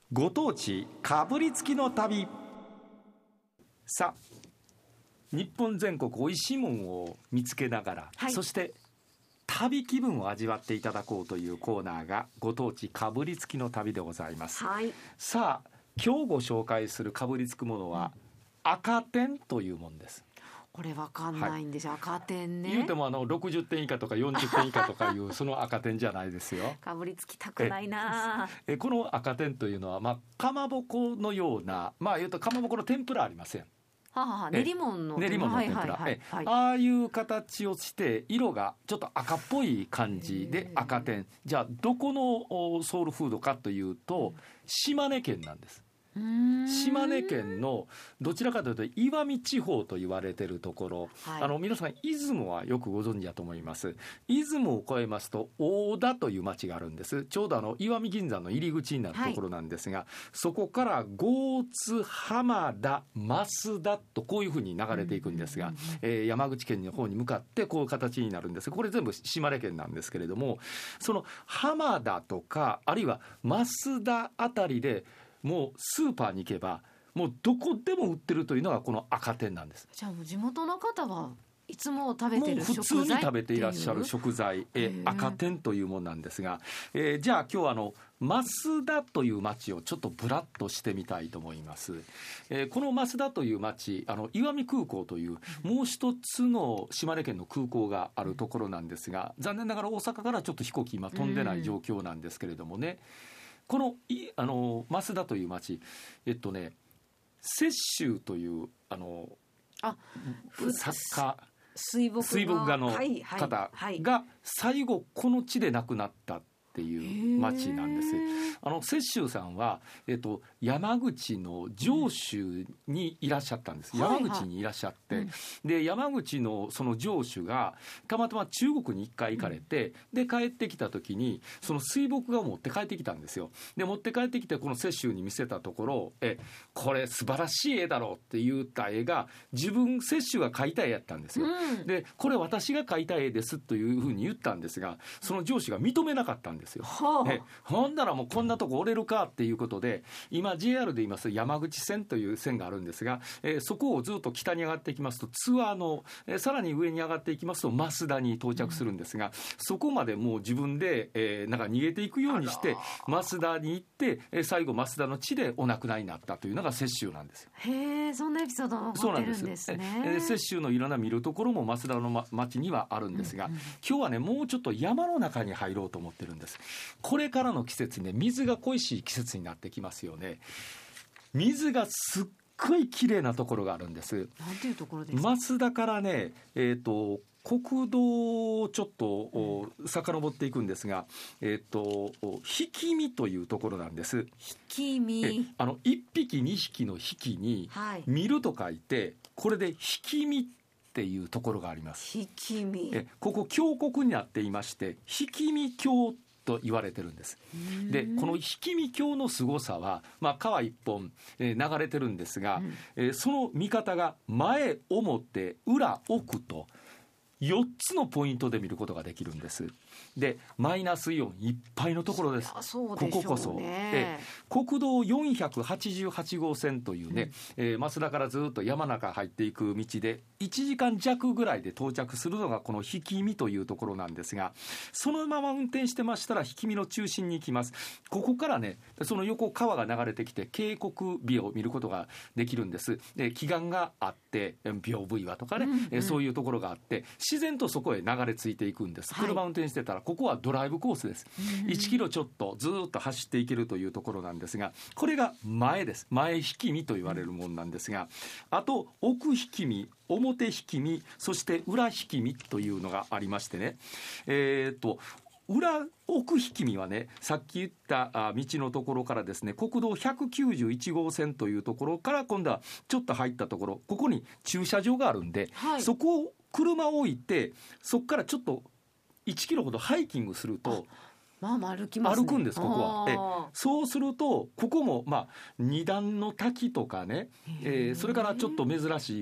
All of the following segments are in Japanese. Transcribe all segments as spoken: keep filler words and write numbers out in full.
ご当地かぶりつきの旅。さあ、日本全国おいしいもんを見つけながら、はい、そして旅気分を味わっていただこうというコーナーがご当地かぶりつきの旅でございます、はい、さあ今日ご紹介するかぶりつくものは、うん、赤点というものです。 これわかんないんですよ、はい、赤点ね。 言うてもあのろくじゅってん以下とかよんじゅってん以下とかいうその赤点じゃないですよ。 かぶりつきたくないなええこの赤点というのは、まあ、かまぼこのような、まあ言うとかまぼこの天ぷらありません。 ははは練り物の練り物の天ぷら、はいはいはいはい、ああいう形をして色がちょっと赤っぽい感じで赤点。じゃあどこのソウルフードかというと島根県なんです。島根県のどちらかというと石見地方と言われているところ、はい、あの皆さん出雲はよくご存知だと思います。出雲を越えますと大田という町があるんです。ちょうどあの石見銀山の入り口になるところなんですが、はい、そこから江津浜田増田とこういうふうに流れていくんですが、えー、山口県の方に向かってこういう形になるんです。これ全部島根県なんですけれども、その浜田とかあるいは増田あたりでもうスーパーに行けばもうどこでも売ってるというのがこの赤点なんです。 じゃあもう地元の方はいつも食べてる食材もう普通に食べていらっしゃる食材え赤点というものなんですが、えー、じゃあ今日はあの増田という町をちょっとブラッとしてみたいと思います、えー、この増田という町、あの石見空港というもう一つの島根県の空港があるところなんですが、残念ながら大阪からちょっと飛行機今飛んでない状況なんですけれどもね、このいあの増田という町、えっとね雪舟というあのあ作家水墨水墨画の方が最後この地で亡くなったっていう町なんです。あの雪舟さんは、えっと、山口の上州にいらっしゃったんです、うん、山口にいらっしゃって、はいはい、で山口のその上州がたまたま中国に一回行かれて、うん、で帰ってきた時にその水墨画を持って帰ってきたんですよ。で持って帰ってきてこの雪舟に見せたところ、えこれ素晴らしい絵だろうって言った絵が自分雪舟が描いた絵やったんですよ、うん、でこれ私が描いた絵ですというふうに言ったんですが、その上司が認めなかったんですよ、はあ、えほんならもうこんなとこ折れるかっていうことで、今 ジェイアール で言います山口線という線があるんですが、えー、そこをずっと北に上がっていきますとツアーの、えー、さらに上に上がっていきますと増田に到着するんですが、うん、そこまでもう自分で、えー、なんか逃げていくようにして増田に行って、えー、最後増田の地でお亡くなりになったというのが雪舟なんですよ。 へえ、そんなエピソードが残ってるんですね。 えー、雪舟のいろんな見るところも増田の、ま、町にはあるんですが、うんうん、今日はねもうちょっと山の中に入ろうと思ってるんです。これからの季節ね、水が恋しい季節になってきますよね。水がすっごい綺麗なところがあるんです。 なんていうところですか？ 増田からね、えーと国道をちょっと遡っていくんですが、えーと引見というところなんです。 引見、 あのいっぴきにひきの引きに、はい、見ると書いてこれで引見っていうところがあります。 引見、 えここ峡谷になっていまして引見峡と言われてるんです。でこの引見峡のすごさは、まあ、川一本、えー、流れてるんですが、うんえー、その見方が前表裏奥とよっつのポイントで見ることができるんです。でマイナスイオンいっぱいのところです。 そうでしょうね。 こここそで国道よんひゃくはちじゅうはちごうせんというね、うんえー、増田からずっと山中入っていく道でいちじかんじゃくぐらいで到着するのがこの引見というところなんですが、そのまま運転してましたら引見の中心に行きます。ここからねその横川が流れてきて渓谷美を見ることができるんです。で奇岩があって屏風岩とかね、うんうん、そういうところがあって自然とそこへ流れ着いていくんです。車運転してたらここはドライブコースです。いちキロちょっとずっと走っていけるというところなんですが、これが前です。前引見と言われるものなんですが、あと奥引見表引見そして裏引見というのがありましてね、えー、と裏奥引見はねさっき言った道のところからですね国道ひゃくきゅうじゅういちごうせんというところから今度はちょっと入ったところ、ここに駐車場があるんで、はい、そこを車を置いてそこからちょっといちキロほどハイキングするとまあまあ歩きますね。 歩くんです。ここはえそうするとここもまあ二段の滝とかね、えー、それからちょっと珍しいワット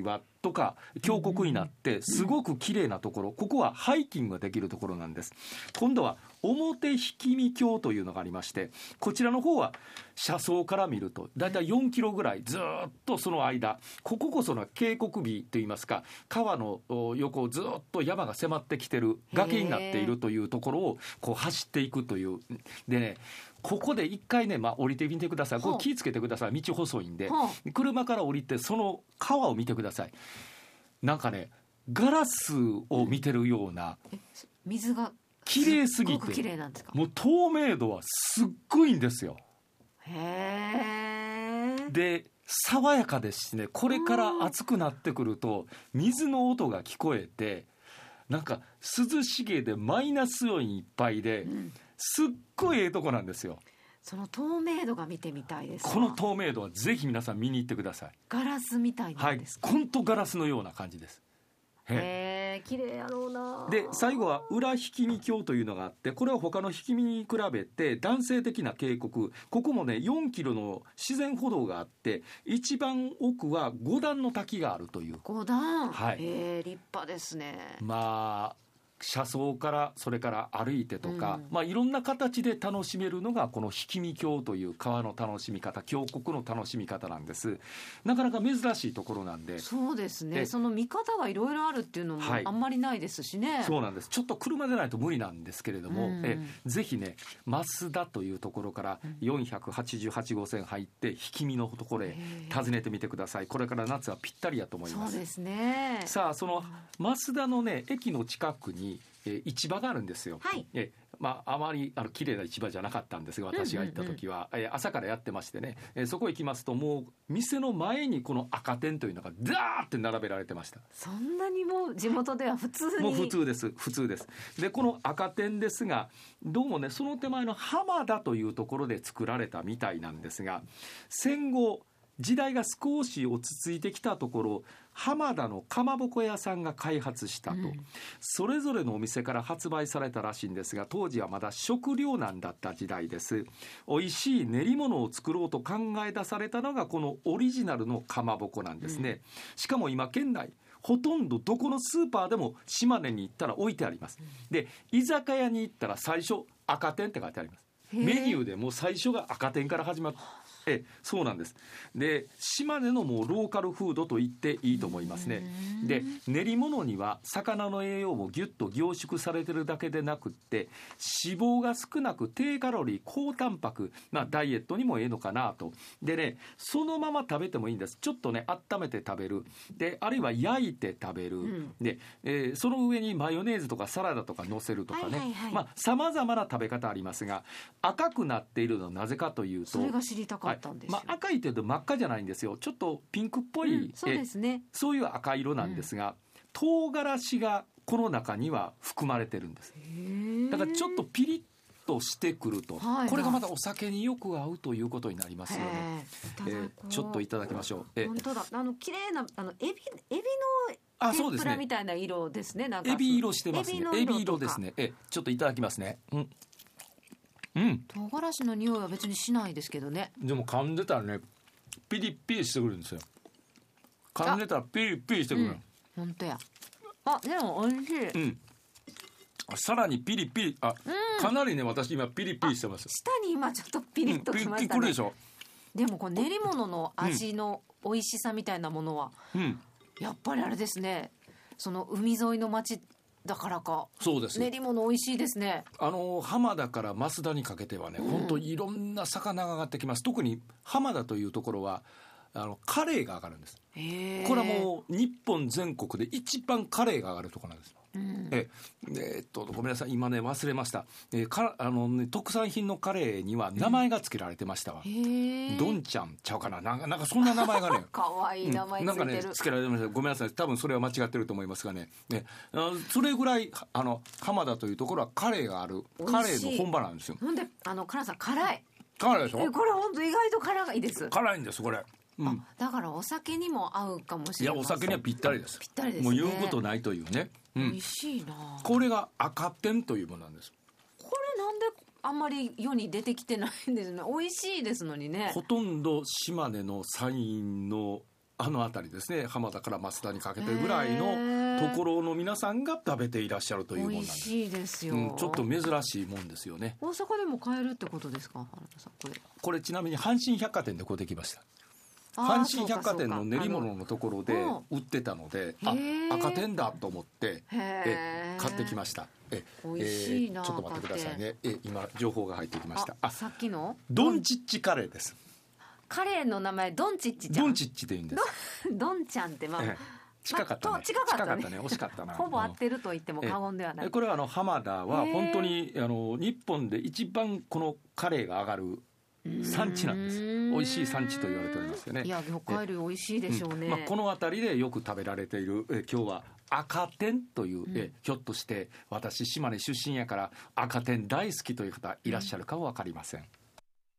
とか峡谷になってすごく綺麗なところ、ここはハイキングができるところなんです。今度は表氷見峡というのがありまして、こちらの方は車窓から見るとだいたいよんキロぐらいずっとその間、こここその渓谷美といいますか、川の横をずっと山が迫ってきてる崖になっているというところをこう走っていくという。でね、ここで一回ね、まあ、降りてみてください。これ気をつけてください。道細いんで、車から降りてその川を見てください。なんかね、ガラスを見てるような、 水が綺麗すぎて、 すごく綺麗なんですか？ もう透明度はすっごいんですよ。 へー。 で爽やかですしね、これから暑くなってくると水の音が聞こえて、なんか涼しげでマイナス要因いっぱいで、うん、すっごいええとこなんですよ。 その透明度が見てみたいです。 この透明度はぜひ皆さん見に行ってください。 ガラスみたいなんですか？ はい、本当ガラスのような感じです。 へー、綺麗やろうな。 で最後は裏氷見峡というのがあって、これは他の氷見に比べて男性的な渓谷、ここもねよんキロの自然歩道があって、一番奥は五段の滝があるという。 五段、 はい、 えー、立派ですね。 まあ車窓からそれから歩いてとか、うん、まあ、いろんな形で楽しめるのがこの氷見峡という川の楽しみ方、峡谷の楽しみ方なんです。なかなか珍しいところなんで。 そうですね、その見方がいろいろあるっていうのもあんまりないですしね、はい、 そうなんです。ちょっと車でないと無理なんですけれども、うん、えぜひね増田というところからよんひゃくはちじゅうはち号線入って氷見のところへ訪ねてみてください。これから夏はぴったりやと思います。 そうですね。 さあその増田のね駅の近くにえ市場があるんですよ、 はい、 えまあ、あまりあの綺麗な市場じゃなかったんですが、私が行った時は、うんうんうん、え朝からやってましてね、えそこ行きますともう店の前にこの赤点というのがダーって並べられてました。 そんなにもう地元では普通にもう普通です普通です。でこの赤点ですが、どうもねその手前の浜田というところで作られたみたいなんですが、戦後時代が少し落ち着いてきたところ、浜田のかまぼこ屋さんが開発したと、うん、それぞれのお店から発売されたらしいんですが、当時はまだ食糧難だった時代です。美味しい練り物を作ろうと考え出されたのがこのオリジナルのかまぼこなんですね、うん、しかも今県内ほとんどどこのスーパーでも島根に行ったら置いてあります、うん、で居酒屋に行ったら最初赤点って書いてあります。メニューでも最初が赤点から始まる。えそうなんです。で島根のもうローカルフードと言っていいと思いますね。で練り物には魚の栄養もギュッと凝縮されてるだけでなくって、脂肪が少なく低カロリー高タンパク、まあ、ダイエットにもええのかなと。でねそのまま食べてもいいんです。ちょっとね温めて食べる、であるいは焼いて食べる、うん、で、えー、その上にマヨネーズとかサラダとか乗せるとかね、さまざ、まな食べ方ありますが、赤くなっているのはなぜかというと、 それが知りたかった、はい、 まあ、赤いというと真っ赤じゃないんですよ。ちょっとピンクっぽい、うん、 そうですね、 そういう赤色なんですが、うん、唐辛子がこの中には含まれてるんです。だからちょっとピリッとしてくると、はいはい、これがまたお酒によく合うということになりますよね。えー、ちょっといただきましょう。え本当だ、あの綺麗なあのエビエビの天ぷらみたいな色ですね。なんかエビ色してますね。エビ色ですね。えちょっといただきますね。うんうん、 唐辛子の匂いは別にしないですけどね。 でも噛んでたらねピリピリしてくるんですよ。噛んでたらピリピリしてくる、うん、 本当や。あでも美味しい、うん、 さらにピリピリ、あ、うん、かなりね私今ピリピリしてます。 下に今ちょっとピリッときましたね、うん、ピリピリくるでしょ。でもこう練り物の味の美味しさみたいなものは、うん、やっぱりあれですね、その海沿いの町だからか。 そうです。 練り物美味しいですね。 あの浜田から増田にかけてはね、うん、本当いろんな魚が上がってきます。特に浜田というところはあのカレイが上がるんです。へー。これはもう日本全国で一番カレイが上がるところなんです。うん、ええー、っとごめんなさい今ね忘れました、えー、かあの、ね、特産品のカレーには名前が付けられてましたわ、うん、ドンちゃんちゃうかな、なんか、なんかそんな名前がねかわいい名前ついてる、うん、なんかね付けられてました。ごめんなさい多分それは間違ってると思いますが ね, ねあそれぐらいあの浜田というところはカレーがある、カレーの本場なんですよ。 ほんであの辛さ辛い辛いでしょ。 これ本当意外と辛いです。 辛いんですこれ、うん、 だからお酒にも合うかもしれない。 いやお酒にはぴったりです。 ぴったりですね。 もう言うことないというね、うん、 美味しいな。 これが赤点というものなんです。 これなんであんまり世に出てきてないんですね。美味しいですのにね。 ほとんど島根の山陰のあの辺りですね、浜田から増田にかけてぐらいのところの皆さんが食べていらっしゃるというものなんです。 美味しいですよ、 うん、ちょっと珍しいもんですよね。 大阪でも買えるってことですか、原田さん。これこれちなみに阪神百貨店でこうできました。阪神百貨店の練り物のところで売ってたので、あ、赤点だと思ってえ買ってきました。え美味しいな、 えー、ちょっと待ってくださいね。え今情報が入ってきました。 あ、さっきのドンチッチカレーです。 カレーの名前ドンチッチちゃん。 ドンチッチでいいんです。 ドンちゃんってまあ、ええ、 近かったね、 まあ、近かったね、 近かったね、惜しかったな。 ほぼ合ってると言っても過言ではない。 これはあの浜田は本当にあの日本で一番このカレーが上がる産地なんです。美味しい産地と言われておりますよね。 いや、魚介類美味しいでしょうね。 うん、まあ、この辺りでよく食べられているえ今日は赤天という、うん、えひょっとして私島根出身やから赤天大好きという方いらっしゃるかは分かりません。